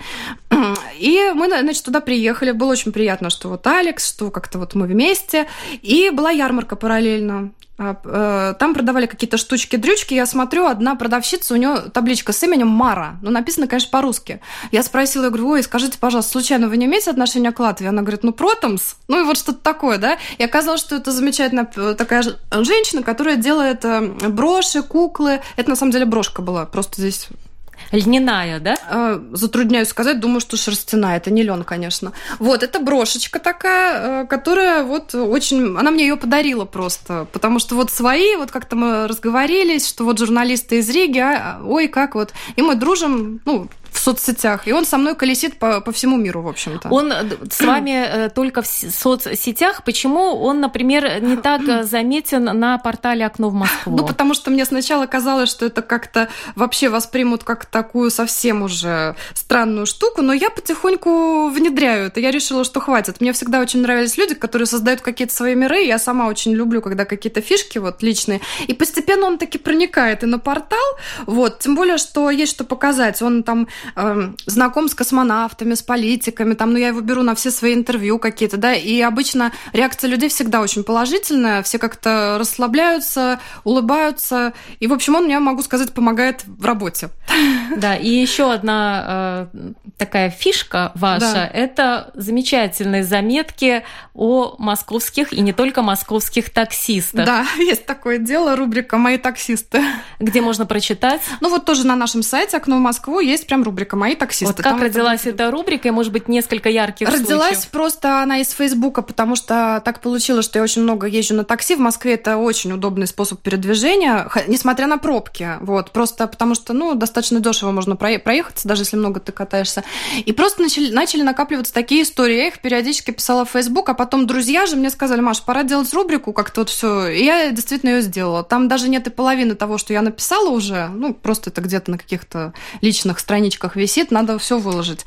[SPEAKER 3] И мы, значит, туда приехали, было очень приятно, что вот Алекс, что как-то вот мы вместе, и была ярмарка параллельно. Там продавали какие-то штучки-дрючки. Я смотрю, одна продавщица, у нее табличка с именем Мара. Ну, написано, конечно, по-русски. Я спросила, я говорю: ой, скажите, пожалуйста, случайно вы не имеете отношения к Латвии? Она говорит: ну, Протомс. Ну, и вот что-то такое, да. И оказалось, что это замечательная такая женщина, которая делает броши, куклы. Это, на самом деле, брошка была. Просто здесь...
[SPEAKER 2] Льняная, да?
[SPEAKER 3] Затрудняюсь сказать, думаю, что шерстяная. Это не лен, конечно. Вот, это брошечка такая, которая вот очень... Она мне ее подарила просто, потому что вот свои, вот как-то мы разговорились, что вот журналисты из Риги, а, ой, как вот... И мы дружим, ну, в соцсетях, и он со мной колесит по, по всему миру, в общем-то.
[SPEAKER 2] Он с вами только в соцсетях. Почему он, например, не так заметен на портале «Окно в Москву»?
[SPEAKER 3] Ну, потому что мне сначала казалось, что это как-то вообще воспримут как такую совсем уже странную штуку, но я потихоньку внедряю это. Я решила, что хватит. Мне всегда очень нравились люди, которые создают какие-то свои миры. Я сама очень люблю, когда какие-то фишки вот личные. И постепенно он таки проникает и на портал. Вот. Тем более, что есть что показать. Он там знаком с космонавтами, с политиками, там, ну, я его беру на все свои интервью какие-то, да, и обычно реакция людей всегда очень положительная, все как-то расслабляются, улыбаются, и, в общем, он мне, могу сказать, помогает в работе.
[SPEAKER 2] Да, и еще одна э, такая фишка ваша, да. Это замечательные заметки о московских и не только московских таксистах.
[SPEAKER 3] Да, есть такое дело, рубрика «Мои таксисты».
[SPEAKER 2] Где можно прочитать?
[SPEAKER 3] Ну вот тоже на нашем сайте «Окно в Москву» есть прям рубрика «Мои таксисты».
[SPEAKER 2] Вот как
[SPEAKER 3] Там
[SPEAKER 2] родилась
[SPEAKER 3] это...
[SPEAKER 2] эта рубрика, и, может быть, несколько ярких
[SPEAKER 3] Родилась
[SPEAKER 2] случаев?
[SPEAKER 3] Родилась просто она из Фейсбука, потому что так получилось, что я очень много езжу на такси. В Москве это очень удобный способ передвижения, несмотря на пробки. Вот, просто потому что, ну, достаточно дешево можно проехаться, даже если много ты катаешься. И просто начали, начали накапливаться такие истории. Я их периодически писала в Facebook, а потом друзья же мне сказали: Маш, пора делать рубрику, как-то вот все. И я действительно ее сделала. Там даже нет и половины того, что я написала уже. Ну, просто это где-то на каких-то личных страничках висит, надо все выложить.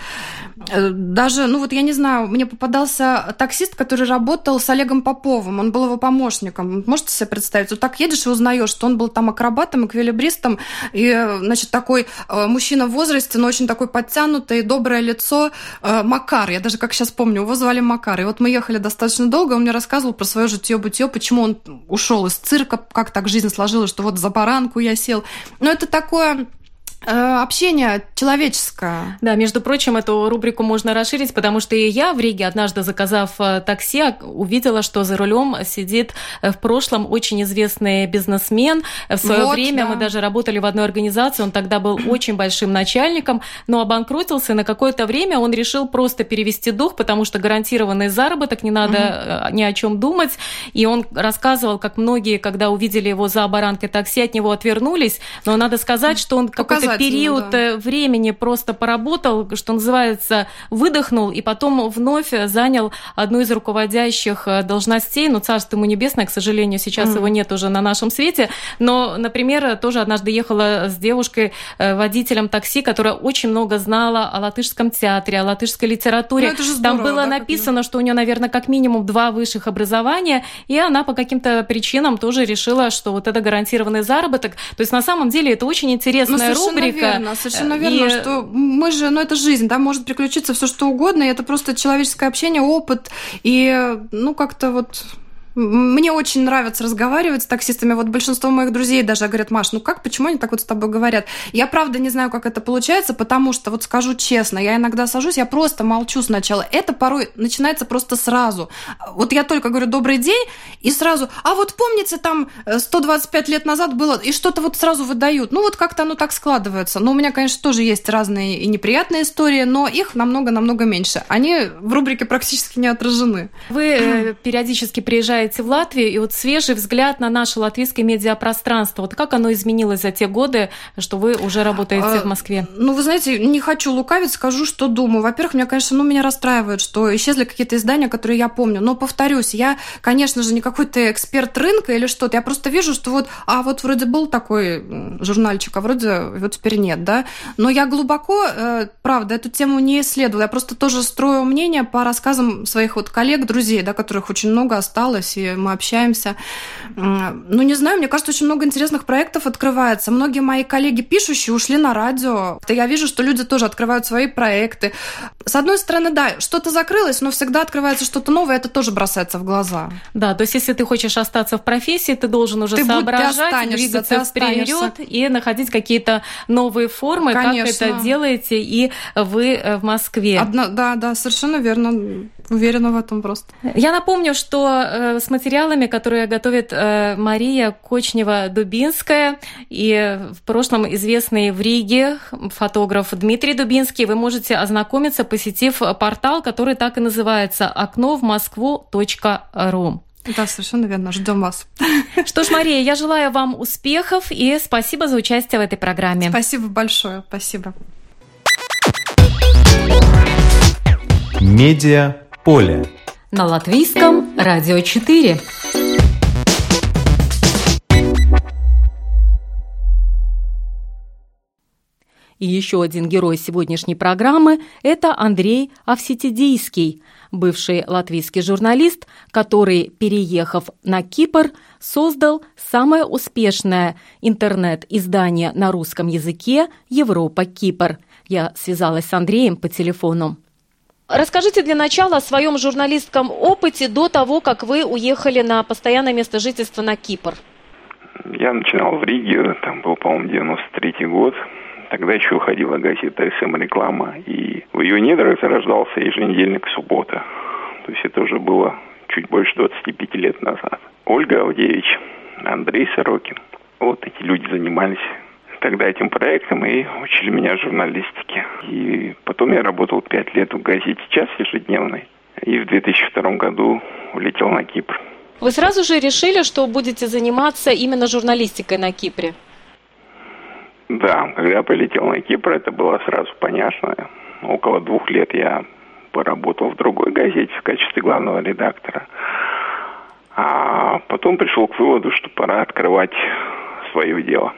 [SPEAKER 3] Даже, ну вот я не знаю, мне попадался таксист, который работал с Олегом Поповым, он был его помощником. Можете себе представить? Вот так едешь и узнаешь, что он был там акробатом, эквилибристом, и, значит, такой мужчина в возрасте, но очень такой подтянутый, доброе лицо, Макар. Я даже как сейчас помню, его звали Макар. И вот мы ехали достаточно долго, он мне рассказывал про свое житье-бытие, почему он ушел из цирка, как так жизнь сложилась, что вот за баранку я сел. Но это такое... общение человеческое.
[SPEAKER 2] Да, между прочим, эту рубрику можно расширить, потому что и я в Риге, однажды заказав такси, увидела, что за рулем сидит в прошлом очень известный бизнесмен. В свое вот, время да. мы даже работали в одной организации, он тогда был очень большим начальником, но обанкротился, и на какое-то время он решил просто перевести дух, потому что гарантированный заработок, не надо угу. ни о чем думать. И он рассказывал, как многие, когда увидели его за баранкой такси, от него отвернулись. Но надо сказать, что он какой-то период да. времени просто поработал, что называется, выдохнул, и потом вновь занял одну из руководящих должностей. Ну, царство ему небесное, к сожалению, сейчас mm. его нет уже на нашем свете. Но, например, тоже однажды ехала с девушкой, водителем такси, которая очень много знала о латышском театре, о латышской литературе. Ну, здорово, там было да, написано, что у нее, наверное, как минимум два высших образования, и она по каким-то причинам тоже решила, что вот это гарантированный заработок. То есть, на самом деле, это очень интересная
[SPEAKER 3] ну,
[SPEAKER 2] рубрика.
[SPEAKER 3] Верно, совершенно верно, и... что мы же, ну это жизнь, да, может приключиться все что угодно, и это просто человеческое общение, опыт, и ну как-то вот... Мне очень нравится разговаривать с таксистами. Вот большинство моих друзей даже говорят: Маш, ну как, почему они так вот с тобой говорят? Я правда не знаю, как это получается, потому что, вот скажу честно, я иногда сажусь, я просто молчу сначала. Это порой начинается просто сразу. Вот я только говорю «добрый день», и сразу: а вот помните, там сто двадцать пять лет назад было, и что-то вот сразу выдают. Ну вот как-то оно так складывается. Но у меня, конечно, тоже есть разные и неприятные истории, но их намного-намного меньше. Они в рубрике практически не отражены.
[SPEAKER 2] Вы периодически приезжаете в Латвию, и вот свежий взгляд на наше латвийское медиапространство. Вот как оно изменилось за те годы, что вы уже работаете а, в Москве?
[SPEAKER 3] Ну, вы знаете, не хочу лукавить, скажу, что думаю. Во-первых, меня, конечно, ну, меня расстраивает, что исчезли какие-то издания, которые я помню. Но, повторюсь, я, конечно же, не какой-то эксперт рынка или что-то. Я просто вижу, что вот, а вот вроде был такой журнальчик, а вроде вот теперь нет, да. Но я глубоко, правда, эту тему не исследовала. Я просто тоже строю мнение по рассказам своих вот коллег, друзей, да, которых очень много осталось, и мы общаемся. Ну, не знаю, мне кажется, очень много интересных проектов открывается. Многие мои коллеги пишущие ушли на радио. Я вижу, что люди тоже открывают свои проекты. С одной стороны, да, что-то закрылось, но всегда открывается что-то новое, это тоже бросается в глаза.
[SPEAKER 2] Да, то есть если ты хочешь остаться в профессии, ты должен уже ты соображать, будь, двигаться вперед и находить какие-то новые формы, Конечно. Как это делаете и вы в Москве.
[SPEAKER 3] Одно, да, да, совершенно верно. Уверена в этом просто.
[SPEAKER 2] Я напомню, что э, с материалами, которые готовит э, Мария Кочнева-Дубинская и в прошлом известный в Риге фотограф Дмитрий Дубинский, вы можете ознакомиться, посетив портал, который так и называется окно в москву точка ру.
[SPEAKER 3] Да, совершенно верно. Ждем вас.
[SPEAKER 2] Что ж, Мария, я желаю вам успехов и спасибо за участие в этой программе.
[SPEAKER 3] Спасибо большое. Спасибо.
[SPEAKER 1] Медиа поле.
[SPEAKER 2] На Латвийском радио четыре. И еще один герой сегодняшней программы – это Андрей Авситидийский, бывший латвийский журналист, который, переехав на Кипр, создал самое успешное интернет-издание на русском языке «Европа Кипр». Я связалась с Андреем по телефону. Расскажите для начала о своем журналистском опыте до того, как вы уехали на постоянное место жительства на Кипр.
[SPEAKER 4] Я начинал в Риге, там был, по-моему, девяносто третий год. Тогда еще выходила газета «СМ Реклама», и в ее недрах зарождался еженедельник «Суббота». То есть это уже было чуть больше двадцати пяти лет назад. Ольга Авдеевич, Андрей Сорокин. Вот эти люди занимались тогда этим проектом и учили меня журналистике. И потом я работал пять лет в газете «Час» ежедневной. И в две тысячи втором году улетел на Кипр.
[SPEAKER 2] Вы сразу же решили, что будете заниматься именно журналистикой на Кипре?
[SPEAKER 4] Да, когда я полетел на Кипр, это было сразу понятно. Около двух лет я поработал в другой газете в качестве главного редактора. А потом пришел к выводу, что пора открывать свое дело.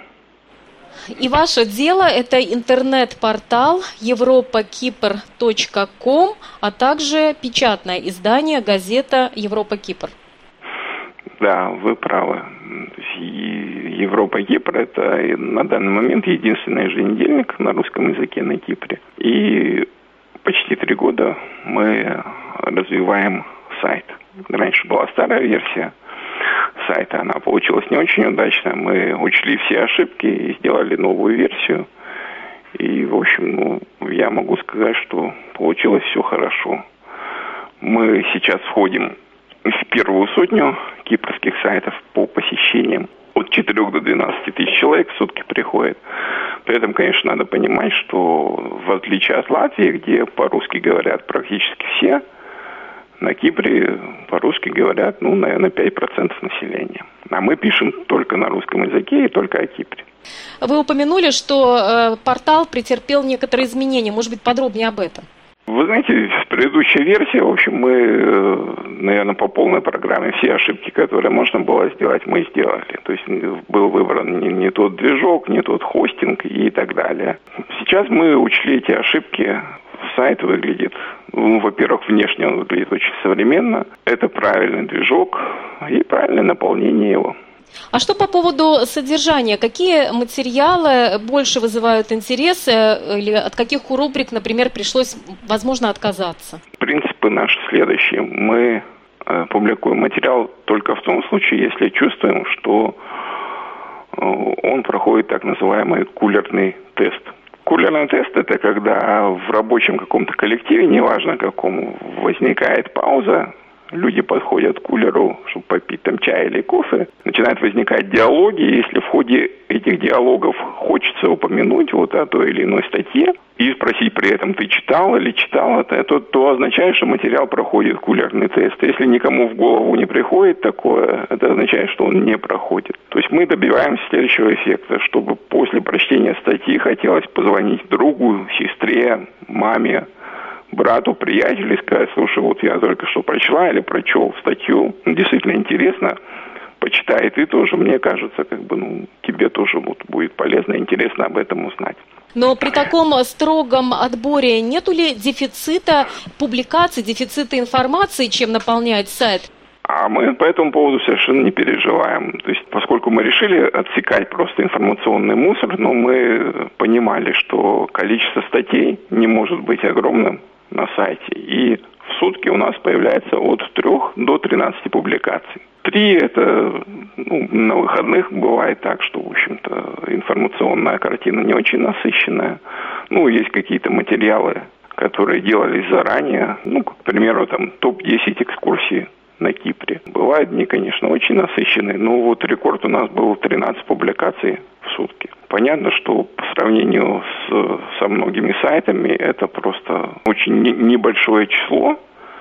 [SPEAKER 2] И ваше дело – это интернет-портал европа кипр точка ком, а также печатное издание, газета «Европа-Кипр».
[SPEAKER 4] Да, вы правы. «Европа-Кипр» – это на данный момент единственный еженедельник на русском языке на Кипре. И почти три года мы развиваем сайт. Раньше была старая версия сайта, она получилась не очень удачно. Мы учли все ошибки и сделали новую версию. И, в общем, ну, я могу сказать, что получилось все хорошо. Мы сейчас входим в первую сотню кипрских сайтов по посещениям. От четырёх до двенадцати тысяч человек в сутки приходит. При этом, конечно, надо понимать, что в отличие от Латвии, где по-русски говорят практически все, на Кипре по-русски говорят, ну, наверное, пять процентов населения. А мы пишем только на русском языке и только о Кипре.
[SPEAKER 2] Вы упомянули, что э, портал претерпел некоторые изменения. Может быть, подробнее об этом?
[SPEAKER 4] Вы знаете, предыдущая версия, в общем, мы, наверное, по полной программе все ошибки, которые можно было сделать, мы сделали. То есть был выбран не, не тот движок, не тот хостинг и так далее. Сейчас мы учли эти ошибки. Сайт выглядит, ну, во-первых, внешне он выглядит очень современно. Это правильный движок и правильное наполнение его.
[SPEAKER 2] А что по поводу содержания? Какие материалы больше вызывают интерес или от каких рубрик, например, пришлось, возможно, отказаться?
[SPEAKER 4] Принципы наши следующие. Мы э, публикуем материал только в том случае, если чувствуем, что э, он проходит так называемый кулерный тест. Кулерный тест – это когда в рабочем каком-то коллективе, неважно какому, возникает пауза, люди подходят к кулеру, чтобы попить там чай или кофе, начинают возникать диалоги, если в ходе этих диалогов хочется упомянуть вот о той или иной статье и спросить при этом, ты читал или читал это, то, то означает, что материал проходит кулерный тест. Если никому в голову не приходит такое, это означает, что он не проходит. То есть мы добиваемся следующего эффекта, чтобы после прочтения статьи хотелось позвонить другу, сестре, маме, брату, приятелю и сказать, слушай, вот я только что прочла или прочел статью, действительно интересно, почитай и ты тоже, мне кажется, как бы, ну, тебе тоже вот будет полезно и интересно об этом узнать.
[SPEAKER 2] Но при таком строгом отборе нету ли дефицита публикаций, дефицита информации, чем наполнять сайт?
[SPEAKER 4] А мы по этому поводу совершенно не переживаем. То есть, поскольку мы решили отсекать просто информационный мусор, но мы понимали, что количество статей не может быть огромным на сайте. И в сутки у нас появляется от трёх до тринадцати публикаций. Три – это, ну, на выходных бывает так, что, в общем-то, информационная картина не очень насыщенная. Ну, есть какие-то материалы, которые делались заранее. Ну, к примеру, там топ десять экскурсий на Кипре. Бывают дни, конечно, очень насыщенные, но вот рекорд у нас был тринадцать публикаций в сутки. Понятно, что по сравнению с, со многими сайтами это просто очень не, небольшое число,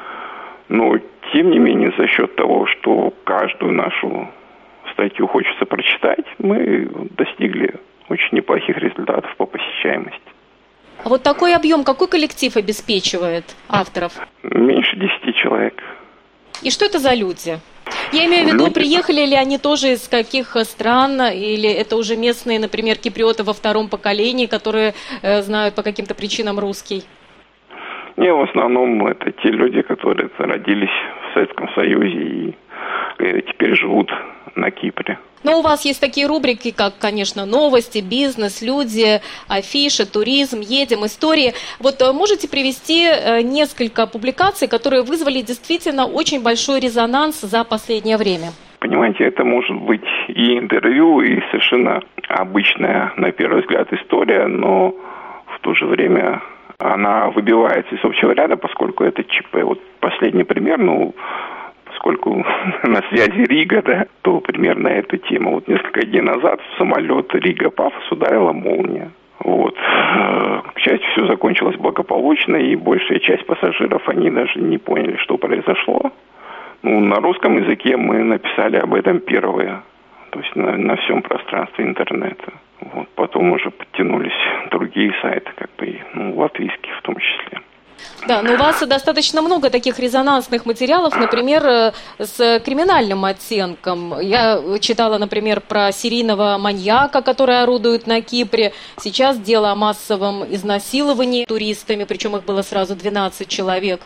[SPEAKER 4] но тем не менее за счет того, что каждую нашу статью хочется прочитать, мы достигли очень неплохих результатов по посещаемости.
[SPEAKER 2] А вот такой объем, какой коллектив обеспечивает авторов?
[SPEAKER 4] Меньше десяти человек.
[SPEAKER 2] И что это за люди? Я имею в виду, люди... приехали ли они тоже из каких стран, или это уже местные, например, киприоты во втором поколении, которые э, знают по каким-то причинам русский?
[SPEAKER 4] Не, в основном это те люди, которые родились в Советском Союзе и, и теперь живут на Кипре.
[SPEAKER 2] Но у вас есть такие рубрики, как, конечно, новости, бизнес, люди, афиши, туризм, едем, истории. Вот можете привести несколько публикаций, которые вызвали действительно очень большой резонанс за последнее время?
[SPEAKER 4] Понимаете, это может быть и интервью, и совершенно обычная, на первый взгляд, история, но в то же время она выбивается из общего ряда, поскольку это ЧП. Вот последний пример, ну, поскольку на связи Рига, да, то примерно эту тему. Вот несколько дней назад в самолет Рига-Пафос ударила молния. Вот. К счастью, все закончилось благополучно, и большая часть пассажиров, они даже не поняли, что произошло. Ну, на русском языке мы написали об этом первые, то есть на, на всем пространстве интернета. Вот. Потом уже подтянулись другие сайты, как бы, ну, латвийские в том числе.
[SPEAKER 2] Да, но у вас достаточно много таких резонансных материалов, например, с криминальным оттенком. Я читала, например, про серийного маньяка, который орудует на Кипре. Сейчас дело о массовом изнасиловании туристами, причем их было сразу двенадцать человек.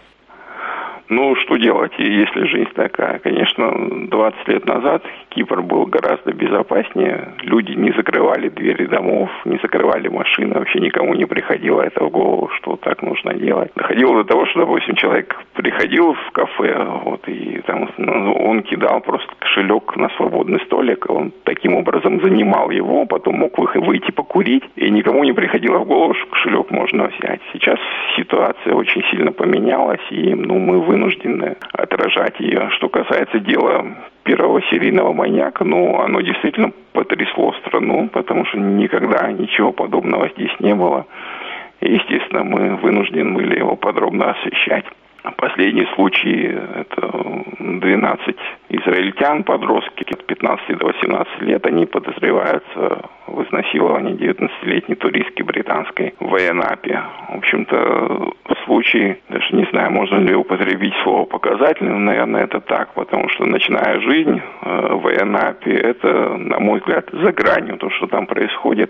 [SPEAKER 4] Ну, что делать, если жизнь такая? Конечно, двадцать лет назад Кипр был гораздо безопаснее. Люди не закрывали двери домов, не закрывали машины. Вообще никому не приходило это в голову, что так нужно делать. Доходило до того, что, допустим, человек приходил в кафе, вот, и там ну, он кидал просто кошелек на свободный столик. Он таким образом занимал его, потом мог выйти покурить, и никому не приходило в голову, что кошелек можно взять. Сейчас ситуация очень сильно поменялась, и ну, мы вынуждены отражать ее. Что касается дела первого серийного маньяка, ну, оно действительно потрясло страну, потому что никогда ничего подобного здесь не было. И, естественно, мы вынуждены были его подробно освещать. Последний случай – это двенадцать израильтян, подростки от пятнадцати до восемнадцати лет. Они подозреваются в изнасиловании девятнадцатилетней туристки британской в Айенапе. В общем-то, случай, даже не знаю, можно ли употребить слово показательный, но, наверное, это так, потому что начиная жизнь в Айенапе, это, на мой взгляд, за гранью то, что там происходит.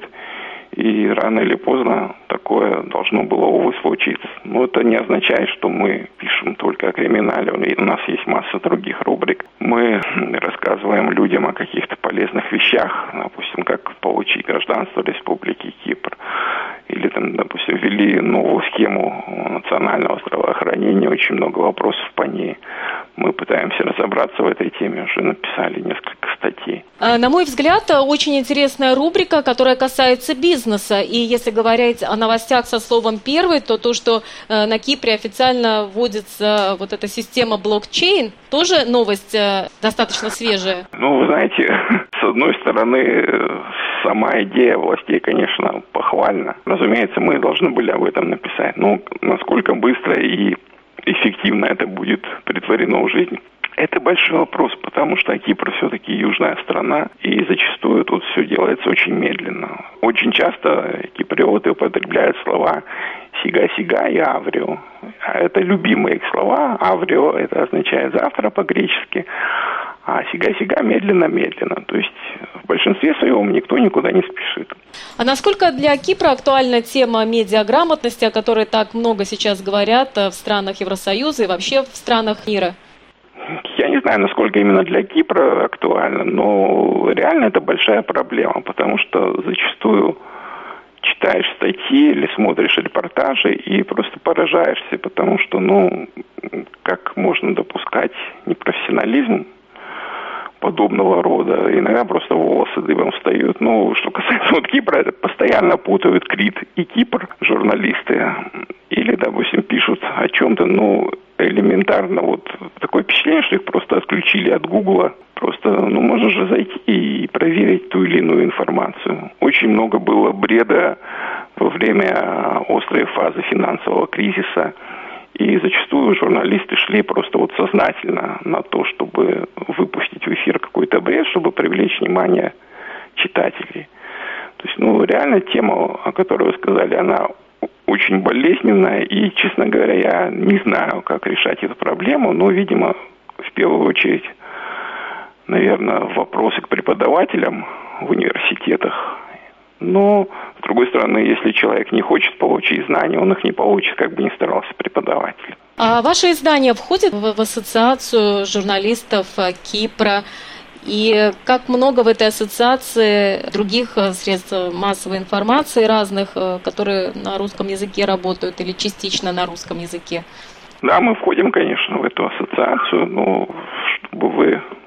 [SPEAKER 4] И рано или поздно такое должно было, увы, случиться. Но это не означает, что мы пишем только о криминале. У нас есть масса других рубрик. Мы рассказываем людям о каких-то полезных вещах, допустим, как получить гражданство Республики Кипр. Или, там, допустим, ввели новую схему национального здравоохранения, очень много вопросов по ней. Мы пытаемся разобраться в этой теме, уже написали несколько статей.
[SPEAKER 2] На мой взгляд, очень интересная рубрика, которая касается бизнеса. И если говорить о новостях со словом «первый», то то, что на Кипре официально вводится вот эта система блокчейн, тоже новость достаточно свежая.
[SPEAKER 4] Ну, вы знаете, с одной стороны, сама идея властей, конечно, похвальна. Разумеется, мы должны были об этом написать. Но насколько быстро и эффективно это будет претворено в жизнь, это большой вопрос, потому что Кипр все-таки южная страна, и зачастую тут все делается очень медленно. Очень часто киприоты употребляют слова «сига-сига» и «аврио». Это любимые их слова. «Аврио» — это означает «завтра» по-гречески, а «сига-сига» — медленно-медленно. То есть в большинстве своем никто никуда не спешит.
[SPEAKER 2] А насколько для Кипра актуальна тема медиаграмотности, о которой так много сейчас говорят в странах Евросоюза и вообще в странах мира?
[SPEAKER 4] Я не знаю, насколько именно для Кипра актуально, но реально это большая проблема, потому что зачастую читаешь статьи или смотришь репортажи и просто поражаешься, потому что, ну, как можно допускать непрофессионализм подобного рода. Иногда просто волосы дыбом встают. Ну, что касается вот Кипра, это постоянно путают Крит и Кипр журналисты. Или, допустим, пишут о чем-то, ну, элементарно, вот такое впечатление, что их просто отключили от Гугла. Просто, ну, можно же зайти и проверить ту или иную информацию. Очень много было бреда во время острой фазы финансового кризиса. И зачастую журналисты шли просто вот сознательно на то, чтобы выпустить в эфир какой-то бред, чтобы привлечь внимание читателей. То есть, ну, реально тема, о которой вы сказали, она очень болезненная, и, честно говоря, я не знаю, как решать эту проблему, но, видимо, в первую очередь, наверное, вопросы к преподавателям в университетах. Но, с другой стороны, если человек не хочет получить знания, он их не получит, как бы ни старался преподаватель.
[SPEAKER 2] А ваше издание входит в, в ассоциацию журналистов Кипра? И как много в этой ассоциации других средств массовой информации разных, которые на русском языке работают или частично на русском языке?
[SPEAKER 4] Да, мы входим, конечно, в эту ассоциацию, но чтобы вы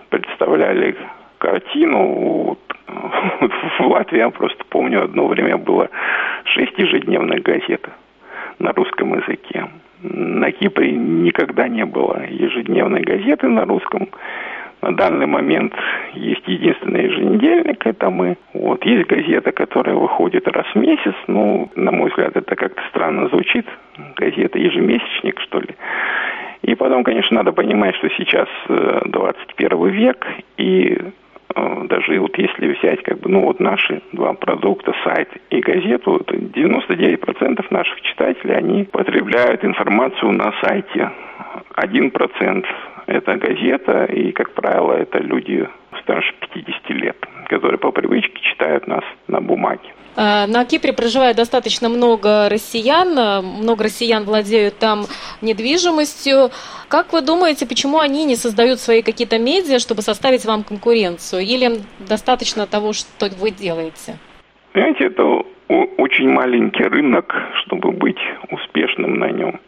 [SPEAKER 4] представляли картину. Вот, в Латвии, я просто помню, одно время было шесть ежедневных газет на русском языке. На Кипре никогда не было ежедневной газеты на русском. На данный момент есть единственный еженедельник, это мы. Вот, есть газета, которая выходит раз в месяц. Ну, на мой взгляд, это как-то странно звучит. Газета ежемесячник, что ли. И потом, конечно, надо понимать, что сейчас двадцать первый век, и даже вот если взять как бы, ну вот наши два продукта, сайт и газету, то девяносто девять процентов наших читателей, они потребляют информацию на сайте. один процент это газета, и, как правило, это люди старше пятидесяти лет, которые по привычке читают нас на бумаге.
[SPEAKER 2] На Кипре проживает достаточно много россиян, много россиян владеют там недвижимостью. Как вы думаете, почему они не создают свои какие-то медиа, чтобы составить вам конкуренцию? Или достаточно того, что вы делаете?
[SPEAKER 4] Знаете, это очень маленький рынок, чтобы быть успешным на нем.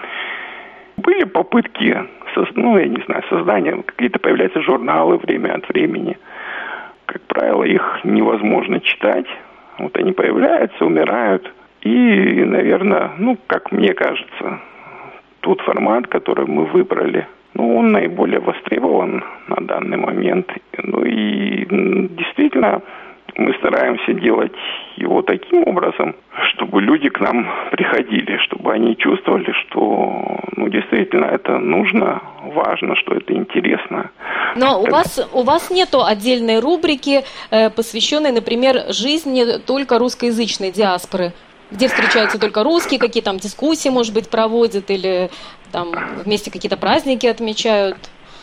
[SPEAKER 4] Были попытки, ну, я не знаю, создания, какие-то появляются журналы время от времени. Как правило, их невозможно читать. Вот они появляются, умирают. И, наверное, ну, как мне кажется, тот формат, который мы выбрали, ну, он наиболее востребован на данный момент. Ну и действительно, мы стараемся делать его таким образом, чтобы люди к нам приходили, чтобы они чувствовали, что, ну, действительно, это нужно, важно, что это интересно.
[SPEAKER 2] Но у вас, у вас нету отдельной рубрики, э, посвященной, например, жизни только русскоязычной диаспоры, где встречаются только русские, какие там дискуссии, может быть, проводят, или там вместе какие-то праздники отмечают?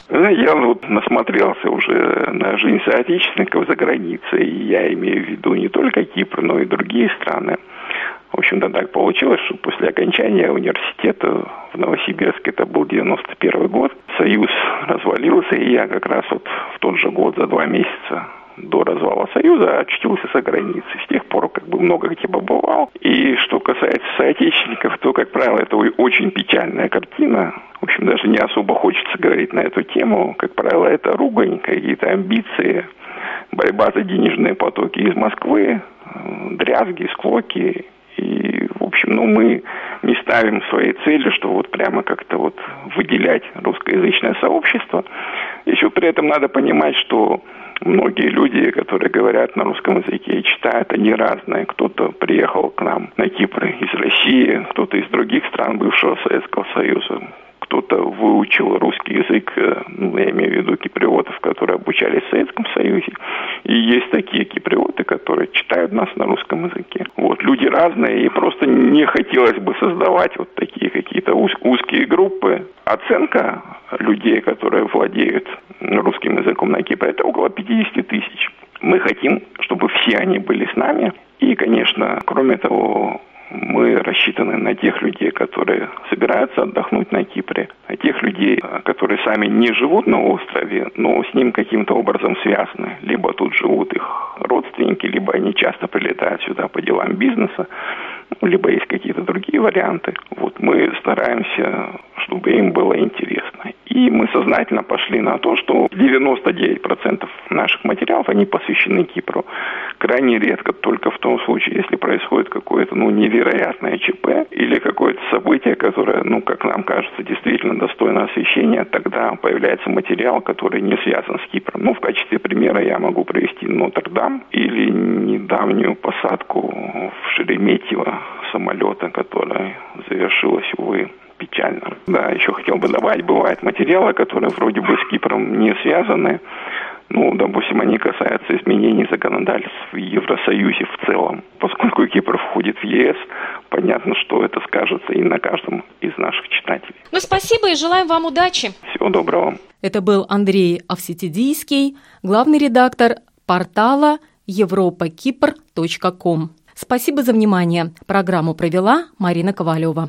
[SPEAKER 4] Я вот насмотрелся уже на жизнь соотечественников за границей, и я имею в виду не только Кипр, но и другие страны. В общем-то, так получилось, что после окончания университета в Новосибирске, это был девяносто первый год, Союз развалился, и я как раз вот в тот же год, за два месяца до развала Союза, очутился за границей. С тех пор как бы много где побывал. И что касается соотечественников, то, как правило, это очень печальная картина. В общем, даже не особо хочется говорить на эту тему. Как правило, это ругань, какие-то амбиции, борьба за денежные потоки из Москвы, дрязги, склоки. И, в общем, ну, мы не ставим своей цели, что вот прямо как-то вот выделять русскоязычное сообщество. Еще при этом надо понимать, что многие люди, которые говорят на русском языке и читают, они разные. Кто-то приехал к нам на Кипр из России, кто-то из других стран бывшего Советского Союза. Кто-то выучил русский язык, ну, я имею в виду киприотов, которые обучались в Советском Союзе. И есть такие киприоты, которые читают нас на русском языке. Вот, люди разные, и просто не хотелось бы создавать вот такие какие-то уз- узкие группы. Оценка людей, которые владеют русским языком на Кипре, это около пятьдесят тысяч. Мы хотим, чтобы все они были с нами. И, конечно, кроме того, мы рассчитаны на тех людей, которые собираются отдохнуть на Кипре, на тех людей, которые сами не живут на острове, но с ним каким-то образом связаны. Либо тут живут их родственники, либо они часто прилетают сюда по делам бизнеса, либо есть какие-то другие варианты. Вот мы стараемся, чтобы им было интересно. И мы сознательно пошли на то, что девяносто девять процентов наших материалов, они посвящены Кипру. Крайне редко, только в том случае, если происходит какое-то, ну, невероятное ЧП или какое-то событие, которое, ну, как нам кажется, действительно достойно освещения, тогда появляется материал, который не связан с Кипром. Ну, в качестве примера я могу привести Нотр-Дам или недавнюю посадку в Шереметьево самолета, которая завершилась, увы, печально. Да, еще хотел бы добавить, бывают материалы, которые вроде бы с Кипром не связаны. Ну, допустим, они касаются изменений законодательств в Евросоюзе в целом. Поскольку Кипр входит в ЕС, понятно, что это скажется и на каждом из наших читателей.
[SPEAKER 2] Ну, спасибо и желаем вам удачи.
[SPEAKER 4] Всего доброго.
[SPEAKER 2] Это был Андрей Авситидийский, главный редактор портала европа кипр точка ком. Спасибо за внимание. Программу провела Марина Ковалева.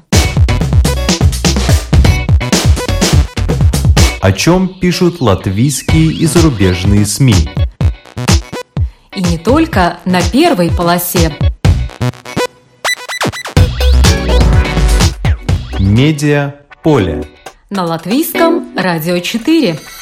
[SPEAKER 1] О чем пишут латвийские и зарубежные СМИ.
[SPEAKER 2] И не только на первой полосе.
[SPEAKER 1] Медиа поле.
[SPEAKER 2] На Латвийском радио четыре.